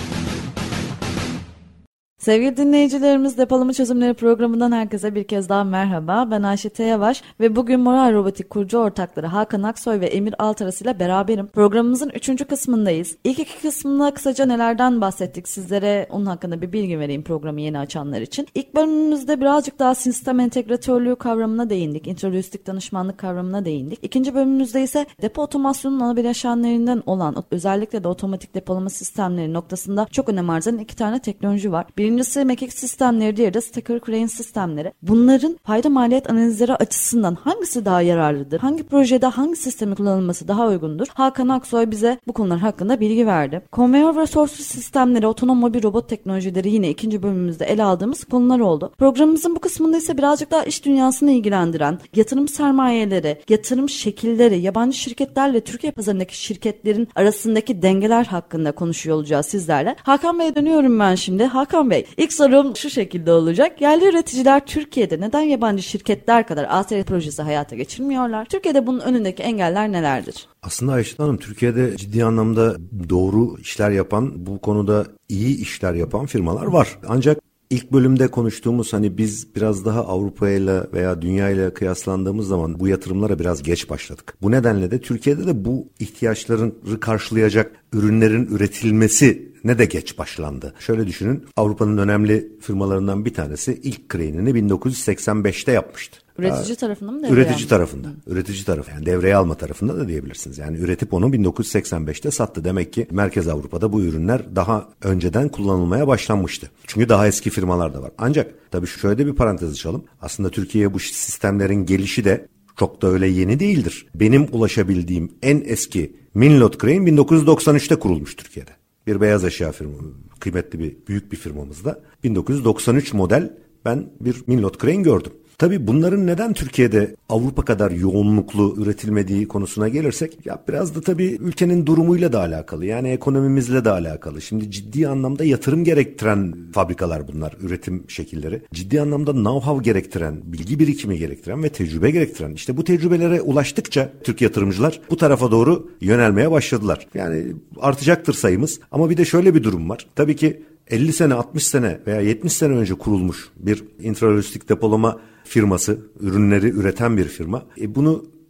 Speaker 2: Sevgili dinleyicilerimiz, Depolama Çözümleri programından herkese bir kez daha merhaba. Ben Ayşe Teyavaş ve bugün Moral Robotik kurucu ortakları Hakan Aksoy ve Emir Altaras ile beraberim. Programımızın üçüncü kısmındayız. İlk iki kısmında kısaca nelerden bahsettik, sizlere onun hakkında bir bilgi vereyim programı yeni açanlar için. İlk bölümümüzde birazcık daha sistem entegratörlüğü kavramına değindik. İntrolojistik danışmanlık kavramına değindik. İkinci bölümümüzde ise depo otomasyonunun ana bileşenlerinden olan özellikle de otomatik depolama sistemleri noktasında çok önem arz eden iki tane teknoloji var. Bir Birincisi mekik sistemleri, diğeri de stacker crane sistemleri. Bunların fayda maliyet analizleri açısından hangisi daha yararlıdır? Hangi projede hangi sistemin kullanılması daha uygundur? Hakan Aksoy bize bu konular hakkında bilgi verdi. Konveyör ve sorsuz sistemleri, otonom mobil robot teknolojileri yine ikinci bölümümüzde ele aldığımız konular oldu. Programımızın bu kısmında ise birazcık daha iş dünyasını ilgilendiren yatırım sermayeleri, yatırım şekilleri, yabancı şirketlerle Türkiye pazarındaki şirketlerin arasındaki dengeler hakkında konuşuyor olacağız sizlerle. Hakan Bey'e dönüyorum ben şimdi. Hakan Bey, İlk sorum şu şekilde olacak. Yerli üreticiler Türkiye'de neden yabancı şirketler kadar A T R projesi hayata geçirmiyorlar? Türkiye'de bunun önündeki engeller nelerdir?
Speaker 4: Aslında Ayşe Hanım, Türkiye'de ciddi anlamda doğru işler yapan, bu konuda iyi işler yapan firmalar var. Ancak İlk bölümde konuştuğumuz hani biz biraz daha Avrupa'yla veya dünyayla kıyaslandığımız zaman bu yatırımlara biraz geç başladık. Bu nedenle de Türkiye'de de bu ihtiyaçları karşılayacak ürünlerin üretilmesi ne de geç başlandı. Şöyle düşünün, Avrupa'nın önemli firmalarından bir tanesi ilk crane'ini bin dokuz yüz seksen beşte yapmıştı.
Speaker 2: Üretici tarafında mı devreye
Speaker 4: Üretici
Speaker 2: alma?
Speaker 4: tarafında. Hı. Üretici tarafı. Yani devreye alma tarafında da diyebilirsiniz. Yani üretip onu bin dokuz yüz seksen beşte sattı. Demek ki Merkez Avrupa'da bu ürünler daha önceden kullanılmaya başlanmıştı. Çünkü daha eski firmalar da var. Ancak tabii şöyle bir parantez açalım. Aslında Türkiye'ye bu sistemlerin gelişi de çok da öyle yeni değildir. Benim ulaşabildiğim en eski Minlot Crane bin dokuz yüz doksan üçte kurulmuş Türkiye'de. Bir beyaz eşya firma, kıymetli bir büyük bir firmamızda bin dokuz yüz doksan üç model ben bir Minlot Crane gördüm. Tabii bunların neden Türkiye'de Avrupa kadar yoğunluklu üretilmediği konusuna gelirsek, ya biraz da tabii ülkenin durumuyla da alakalı. Yani ekonomimizle de alakalı. Şimdi ciddi anlamda yatırım gerektiren fabrikalar bunlar, üretim şekilleri. Ciddi anlamda know-how gerektiren, bilgi birikimi gerektiren ve tecrübe gerektiren. İşte bu tecrübelere ulaştıkça Türk yatırımcılar bu tarafa doğru yönelmeye başladılar. Yani artacaktır sayımız ama bir de şöyle bir durum var. Tabii ki elli sene, altmış sene veya yetmiş sene önce kurulmuş bir intralojistik depolama firması, ürünleri üreten bir firma. E bunu artık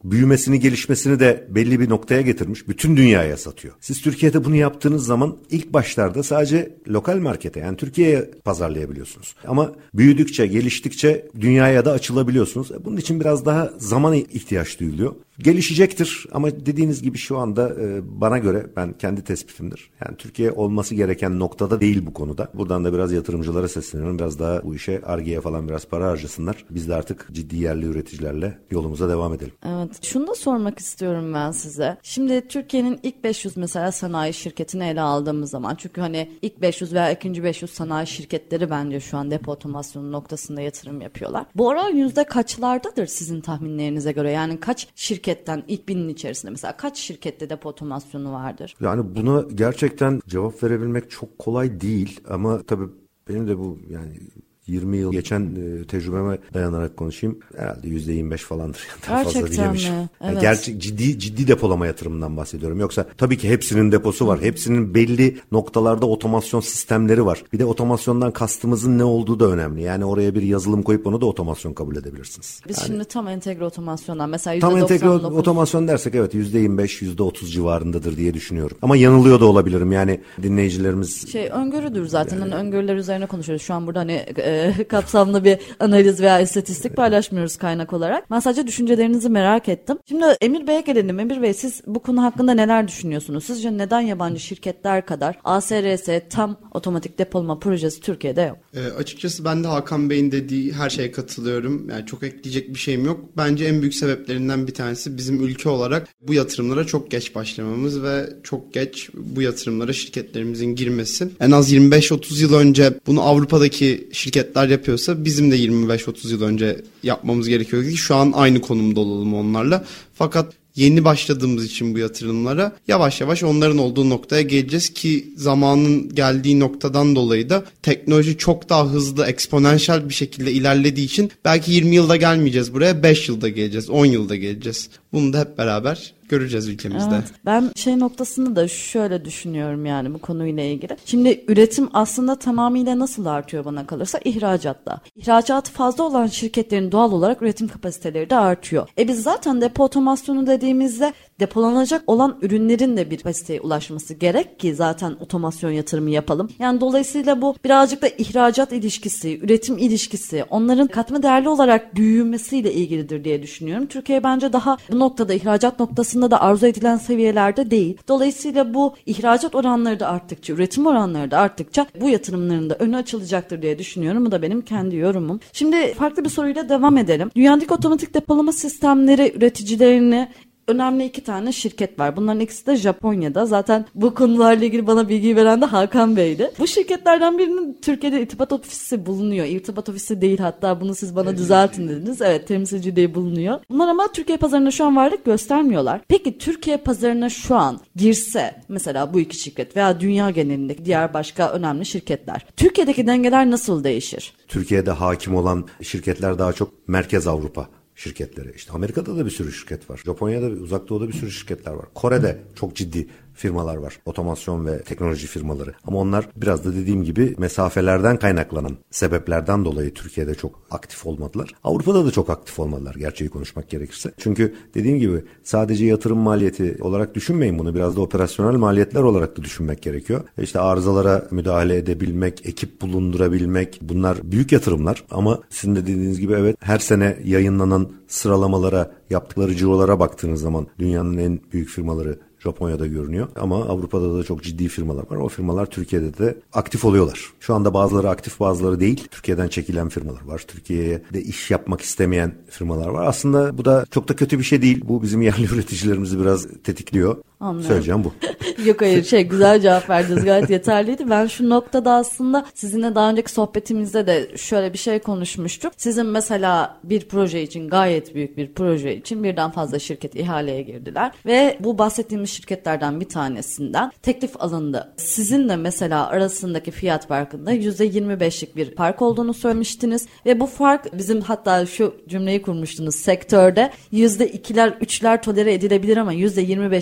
Speaker 4: büyümesini, gelişmesini de belli bir noktaya getirmiş. Bütün dünyaya satıyor. Siz Türkiye'de bunu yaptığınız zaman ilk başlarda sadece lokal markete, yani Türkiye'ye pazarlayabiliyorsunuz. Ama büyüdükçe, geliştikçe dünyaya da açılabiliyorsunuz. Bunun için biraz daha zaman ihtiyaç duyuluyor. Gelişecektir ama dediğiniz gibi şu anda e, bana göre, ben kendi tespitimdir. Yani Türkiye olması gereken noktada değil bu konuda. Buradan da biraz yatırımcılara sesleniyorum. Biraz daha bu işe, Ar-Ge'ye falan biraz para harcasınlar. Biz de artık ciddi yerli üreticilerle yolumuza devam edelim.
Speaker 2: Evet. Şunu da sormak istiyorum ben size. Şimdi Türkiye'nin ilk beş yüz mesela sanayi şirketini ele aldığımız zaman, çünkü hani ilk beş yüz veya ikinci beş yüz sanayi şirketleri bence şu an depo otomasyonu noktasında yatırım yapıyorlar. Bu oran yüzde kaçlardadır sizin tahminlerinize göre? Yani kaç şirketten ilk binin içerisinde mesela kaç şirkette depo otomasyonu vardır?
Speaker 4: Yani buna gerçekten cevap verebilmek çok kolay değil ama tabii benim de bu yani yirmi yıl geçen e, tecrübeme dayanarak konuşayım. Herhalde yüzde yirmi beş falandır. Daha
Speaker 2: gerçekten
Speaker 4: fazla bilemişim.
Speaker 2: mi? Evet.
Speaker 4: Yani gerçek ciddi ciddi depolama yatırımından bahsediyorum. Yoksa tabii ki hepsinin deposu var. Hı. Hepsinin belli noktalarda otomasyon sistemleri var. Bir de otomasyondan kastımızın ne olduğu da önemli. Yani oraya bir yazılım koyup onu da otomasyon kabul edebilirsiniz.
Speaker 2: Biz yani, şimdi tam entegre otomasyondan mesela
Speaker 4: tam entegre otomasyon dersek evet yüzde yirmi beş yüzde otuz civarındadır diye düşünüyorum. Ama yanılıyor da olabilirim. Yani dinleyicilerimiz
Speaker 2: şey öngörüdür zaten. Yani, hani öngörüler üzerine konuşuyoruz. Şu an burada hani e, kapsamlı bir analiz veya istatistik paylaşmıyoruz kaynak olarak. Ben sadece düşüncelerinizi merak ettim. Şimdi Emir Bey'e gelelim. Emir Bey, siz bu konu hakkında neler düşünüyorsunuz? Sizce neden yabancı şirketler kadar A S R S tam otomatik depolama projesi Türkiye'de yok?
Speaker 3: E, açıkçası ben de Hakan Bey'in dediği her şeye katılıyorum. Yani çok ekleyecek bir şeyim yok. Bence en büyük sebeplerinden bir tanesi bizim ülke olarak bu yatırımlara çok geç başlamamız ve çok geç bu yatırımlara şirketlerimizin girmesi. En az yirmi beş otuz yıl önce bunu Avrupa'daki şirketler yapıyorsa bizim de yirmi beş otuz yıl önce yapmamız gerekiyor ki şu an aynı konumda olalım onlarla. Fakat yeni başladığımız için bu yatırımlara yavaş yavaş onların olduğu noktaya geleceğiz ki zamanın geldiği noktadan dolayı da teknoloji çok daha hızlı, eksponansiyel bir şekilde ilerlediği için belki yirmi yılda gelmeyeceğiz buraya, beş yılda geleceğiz, on yılda geleceğiz. Bunu da hep beraber göreceğiz ülkemizde.
Speaker 2: Evet, ben şey noktasında da şöyle düşünüyorum yani bu konuyla ilgili. Şimdi üretim aslında tamamıyla nasıl artıyor bana kalırsa? İhracatla. İhracatı fazla olan şirketlerin doğal olarak üretim kapasiteleri de artıyor. E biz zaten depo otomasyonu dediğimizde depolanacak olan ürünlerin de bir kapasiteye ulaşması gerek ki zaten otomasyon yatırımı yapalım. Yani dolayısıyla bu birazcık da ihracat ilişkisi, üretim ilişkisi, onların katma değerli olarak büyümesiyle ilgilidir diye düşünüyorum. Türkiye bence daha bu noktada, ihracat noktasında da arzu edilen seviyelerde değil. Dolayısıyla bu ihracat oranları da arttıkça, üretim oranları da arttıkça bu yatırımların da önü açılacaktır diye düşünüyorum. Bu da benim kendi yorumum. Şimdi farklı bir soruyla devam edelim. Dünyadaki otomatik depolama sistemleri üreticilerini önemli iki tane şirket var. Bunların ikisi de Japonya'da. Zaten bu konularla ilgili bana bilgi veren de Hakan Bey'di. Bu şirketlerden birinin Türkiye'de irtibat ofisi bulunuyor. İrtibat ofisi değil, hatta bunu siz bana düzeltin dediniz. Evet, temsilciliği bulunuyor. Bunlar ama Türkiye pazarında şu an varlık göstermiyorlar. Peki Türkiye pazarına şu an girse mesela bu iki şirket veya dünya genelindeki diğer başka önemli şirketler, Türkiye'deki dengeler nasıl değişir?
Speaker 4: Türkiye'de hakim olan şirketler daha çok Merkez Avrupa şirketleri. İşte Amerika'da da bir sürü şirket var. Japonya'da, Uzak Doğu'da bir sürü şirketler var. Kore'de çok ciddi firmalar var. Otomasyon ve teknoloji firmaları. Ama onlar biraz da dediğim gibi mesafelerden kaynaklanan sebeplerden dolayı Türkiye'de çok aktif olmadılar. Avrupa'da da çok aktif olmadılar gerçeği konuşmak gerekirse. Çünkü dediğim gibi sadece yatırım maliyeti olarak düşünmeyin bunu. Biraz da operasyonel maliyetler olarak da düşünmek gerekiyor. İşte arızalara müdahale edebilmek, ekip bulundurabilmek, bunlar büyük yatırımlar. Ama sizin de dediğiniz gibi evet, her sene yayınlanan sıralamalara, yaptıkları cirolara baktığınız zaman dünyanın en büyük firmaları Japonya'da görünüyor ama Avrupa'da da çok ciddi firmalar var. O firmalar Türkiye'de de aktif oluyorlar. Şu anda bazıları aktif, bazıları değil. Türkiye'den çekilen firmalar var. Türkiye'ye de iş yapmak istemeyen firmalar var. Aslında bu da çok da kötü bir şey değil. Bu bizim yerli üreticilerimizi biraz tetikliyor.
Speaker 2: Anlıyorum.
Speaker 4: Söyleyeceğim bu.
Speaker 2: Yok hayır şey güzel cevap verdiniz, gayet yeterliydi. Ben şu noktada aslında sizinle daha önceki sohbetimizde de şöyle bir şey konuşmuştuk. Sizin mesela bir proje için, gayet büyük bir proje için birden fazla şirket ihaleye girdiler ve bu bahsettiğimiz şirketlerden bir tanesinden teklif alındı. Sizinle mesela arasındaki fiyat farkında yüzde yirmi beşlik bir fark olduğunu söylemiştiniz ve bu fark bizim, hatta şu cümleyi kurmuştunuz, sektörde yüzde ikiler üçler tolere edilebilir ama yüzde yirmi beşlik bir fiyat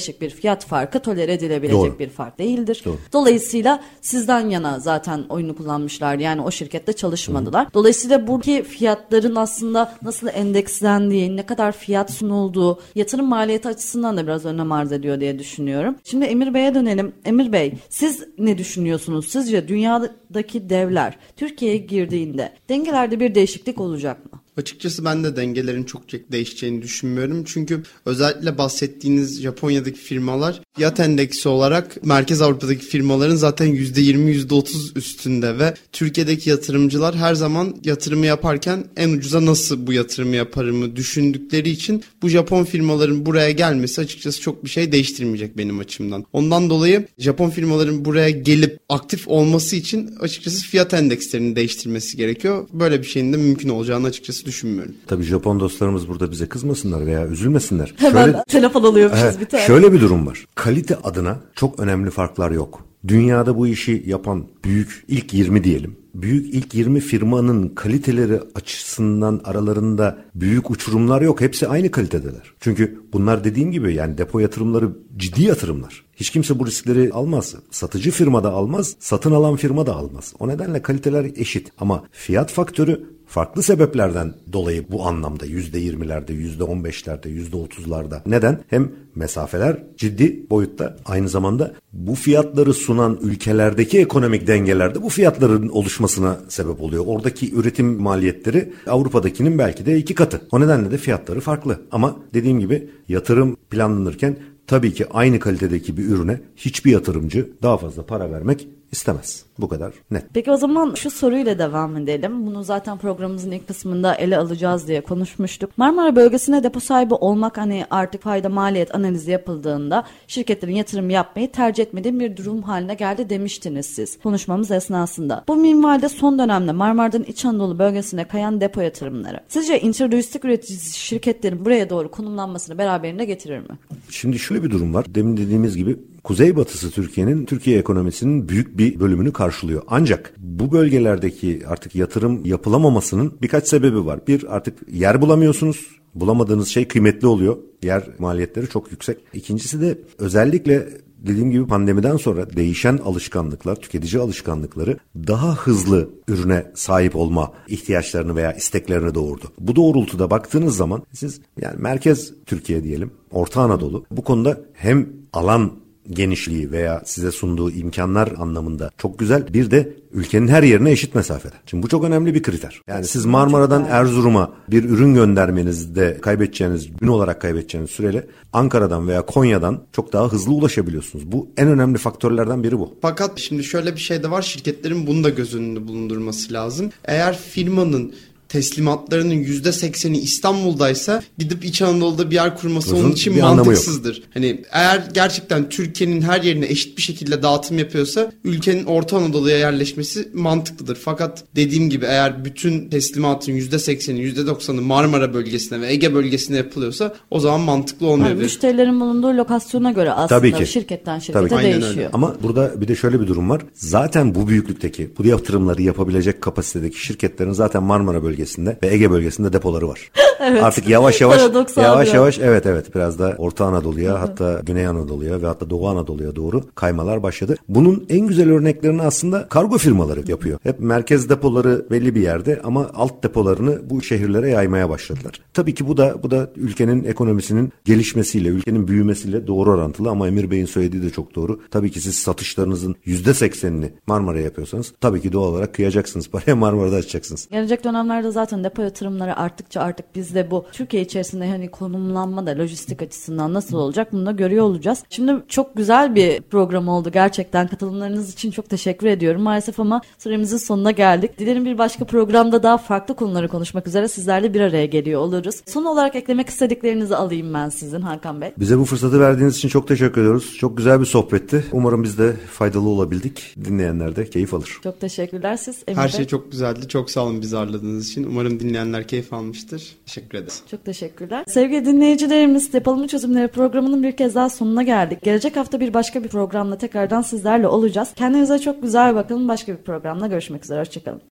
Speaker 2: fiyat farkı tolere edilebilecek
Speaker 4: Doğru.
Speaker 2: bir fark değildir.
Speaker 4: Doğru.
Speaker 2: Dolayısıyla sizden yana zaten oyunu kullanmışlar. Yani o şirkette çalışmadılar. Hı. Dolayısıyla buradaki fiyatların aslında nasıl endekslendiği, ne kadar fiyat sunulduğu, yatırım maliyeti açısından da biraz önem arz ediyor diye düşünüyorum. Şimdi Emir Bey'e dönelim. Emir Bey, siz ne düşünüyorsunuz? Sizce dünyadaki devler Türkiye'ye girdiğinde dengelerde bir değişiklik olacak mı?
Speaker 3: Açıkçası ben de dengelerin çok değişeceğini düşünmüyorum. Çünkü özellikle bahsettiğiniz Japonya'daki firmalar fiyat endeksi olarak Merkez Avrupa'daki firmaların zaten yüzde yirmi yüzde otuz üstünde ve Türkiye'deki yatırımcılar her zaman yatırımı yaparken en ucuza nasıl bu yatırımı yaparımı düşündükleri için bu Japon firmaların buraya gelmesi açıkçası çok bir şey değiştirmeyecek benim açımdan. Ondan dolayı Japon firmaların buraya gelip aktif olması için açıkçası fiyat endekslerini değiştirmesi gerekiyor. Böyle bir şeyin de mümkün olacağını açıkçası düşünmüyorum.
Speaker 4: Tabii Japon dostlarımız burada bize kızmasınlar veya üzülmesinler.
Speaker 2: Hemen
Speaker 4: şöyle,
Speaker 2: telefon alıyormuşuz
Speaker 4: evet,
Speaker 2: bir tane.
Speaker 4: Şöyle bir durum var. Kalite adına çok önemli farklar yok. Dünyada bu işi yapan büyük ilk yirmi diyelim. Büyük ilk yirmi firmanın kaliteleri açısından aralarında büyük uçurumlar yok. Hepsi aynı kalitedeler. Çünkü bunlar dediğim gibi yani depo yatırımları ciddi yatırımlar. Hiç kimse bu riskleri almaz. Satıcı firma da almaz, satın alan firma da almaz. O nedenle kaliteler eşit. Ama fiyat faktörü farklı sebeplerden dolayı bu anlamda yüzde yirmilerde, yüzde on beşlerde, yüzde otuzlarda. Neden? Hem mesafeler ciddi boyutta, aynı zamanda bu fiyatları sunan ülkelerdeki ekonomik dengelerde bu fiyatların oluşmasına sebep oluyor. Oradaki üretim maliyetleri Avrupa'dakinin belki de iki katı. O nedenle de fiyatları farklı. Ama dediğim gibi yatırım planlanırken tabii ki aynı kalitedeki bir ürüne hiçbir yatırımcı daha fazla para vermek istemez. Bu kadar net.
Speaker 2: Peki o zaman şu soruyla devam edelim. Bunu zaten programımızın ilk kısmında ele alacağız diye konuşmuştuk. Marmara bölgesine depo sahibi olmak hani artık fayda maliyet analizi yapıldığında şirketlerin yatırım yapmayı tercih etmediği bir durum haline geldi demiştiniz siz konuşmamız esnasında. Bu minvalde son dönemde Marmara'nın İç Anadolu bölgesine kayan depo yatırımları sizce intralojistik üreticisi şirketlerin buraya doğru konumlanmasını beraberinde getirir mi?
Speaker 4: Şimdi şöyle bir durum var. Demin dediğimiz gibi kuzeybatısı Türkiye'nin Türkiye ekonomisinin büyük bir bölümünü karşılıyor. Ancak bu bölgelerdeki artık yatırım yapılamamasının birkaç sebebi var. Bir, artık yer bulamıyorsunuz. Bulamadığınız şey kıymetli oluyor. Yer maliyetleri çok yüksek. İkincisi de özellikle dediğim gibi pandemiden sonra değişen alışkanlıklar, tüketici alışkanlıkları daha hızlı ürüne sahip olma ihtiyaçlarını veya isteklerini doğurdu. Bu doğrultuda baktığınız zaman siz yani merkez Türkiye diyelim, Orta Anadolu bu konuda hem alan genişliği veya size sunduğu imkanlar anlamında çok güzel. Bir de ülkenin her yerine eşit mesafede. Şimdi bu çok önemli bir kriter. Yani siz Marmara'dan Erzurum'a bir ürün göndermenizde kaybedeceğiniz, gün olarak kaybedeceğiniz süreyle Ankara'dan veya Konya'dan çok daha hızlı ulaşabiliyorsunuz. Bu en önemli faktörlerden biri bu.
Speaker 3: Fakat şimdi şöyle bir şey de var. Şirketlerin bunu da göz önünde bulundurması lazım. Eğer firmanın teslimatlarının yüzde sekseni İstanbul'daysa gidip İç Anadolu'da bir yer kurması
Speaker 4: Uzun
Speaker 3: onun için mantıksızdır. Hani eğer gerçekten Türkiye'nin her yerine eşit bir şekilde dağıtım yapıyorsa ülkenin Orta Anadolu'ya yerleşmesi mantıklıdır. Fakat dediğim gibi eğer bütün teslimatın yüzde sekseni yüzde doksanı Marmara bölgesine ve Ege bölgesine yapılıyorsa o zaman mantıklı olmayabilir.
Speaker 2: Yani müşterilerin bulunduğu lokasyona göre aslında
Speaker 4: Tabii ki.
Speaker 2: şirketten şirkete
Speaker 4: Tabii
Speaker 2: değişiyor.
Speaker 3: öyle.
Speaker 4: Ama burada bir de şöyle bir durum var. Zaten bu büyüklükteki, bu yatırımları yapabilecek kapasitedeki şirketlerin zaten Marmara bölgesinde ve Ege bölgesinde depoları var.
Speaker 2: Evet.
Speaker 4: Artık yavaş yavaş
Speaker 2: Paradoksal
Speaker 4: yavaş
Speaker 2: biraz.
Speaker 4: yavaş evet evet biraz da Orta Anadolu'ya, hatta Güney Anadolu'ya ve hatta Doğu Anadolu'ya doğru kaymalar başladı. Bunun en güzel örneklerini aslında kargo firmaları yapıyor. Hep merkez depoları belli bir yerde ama alt depolarını bu şehirlere yaymaya başladılar. Tabii ki bu da bu da ülkenin ekonomisinin gelişmesiyle, ülkenin büyümesiyle doğru orantılı ama Emir Bey'in söylediği de çok doğru. Tabii ki siz satışlarınızın yüzde seksenini Marmara'ya yapıyorsanız tabii ki doğal olarak kıyacaksınız. Parayı Marmara'da açacaksınız.
Speaker 2: Gelecek dönemlerde zaten depo yatırımları arttıkça artık biz de bu Türkiye içerisinde hani konumlanma da lojistik açısından nasıl olacak bunu da görüyor olacağız. Şimdi çok güzel bir program oldu gerçekten. Katılımlarınız için çok teşekkür ediyorum. Maalesef ama süremizin sonuna geldik. Dilerim bir başka programda daha farklı konuları konuşmak üzere sizlerle bir araya geliyor oluruz. Son olarak eklemek istediklerinizi alayım ben sizin Hakan Bey.
Speaker 4: Bize bu fırsatı verdiğiniz için çok teşekkür ediyoruz. Çok güzel bir sohbetti. Umarım biz de faydalı olabildik. Dinleyenler de keyif alır.
Speaker 2: Çok teşekkürler siz. Emir
Speaker 3: Her
Speaker 2: Bey.
Speaker 3: şey çok güzeldi. Çok sağ olun bizi ağırladığınız için. Umarım dinleyenler keyif almıştır. Teşekkür ederiz.
Speaker 2: Çok teşekkürler. Sevgili dinleyicilerimiz, Depolama Çözümleri programının bir kez daha sonuna geldik. Gelecek hafta bir başka bir programla tekrardan sizlerle olacağız. Kendinize çok güzel bakın. Başka bir programla görüşmek üzere. Hoşçakalın.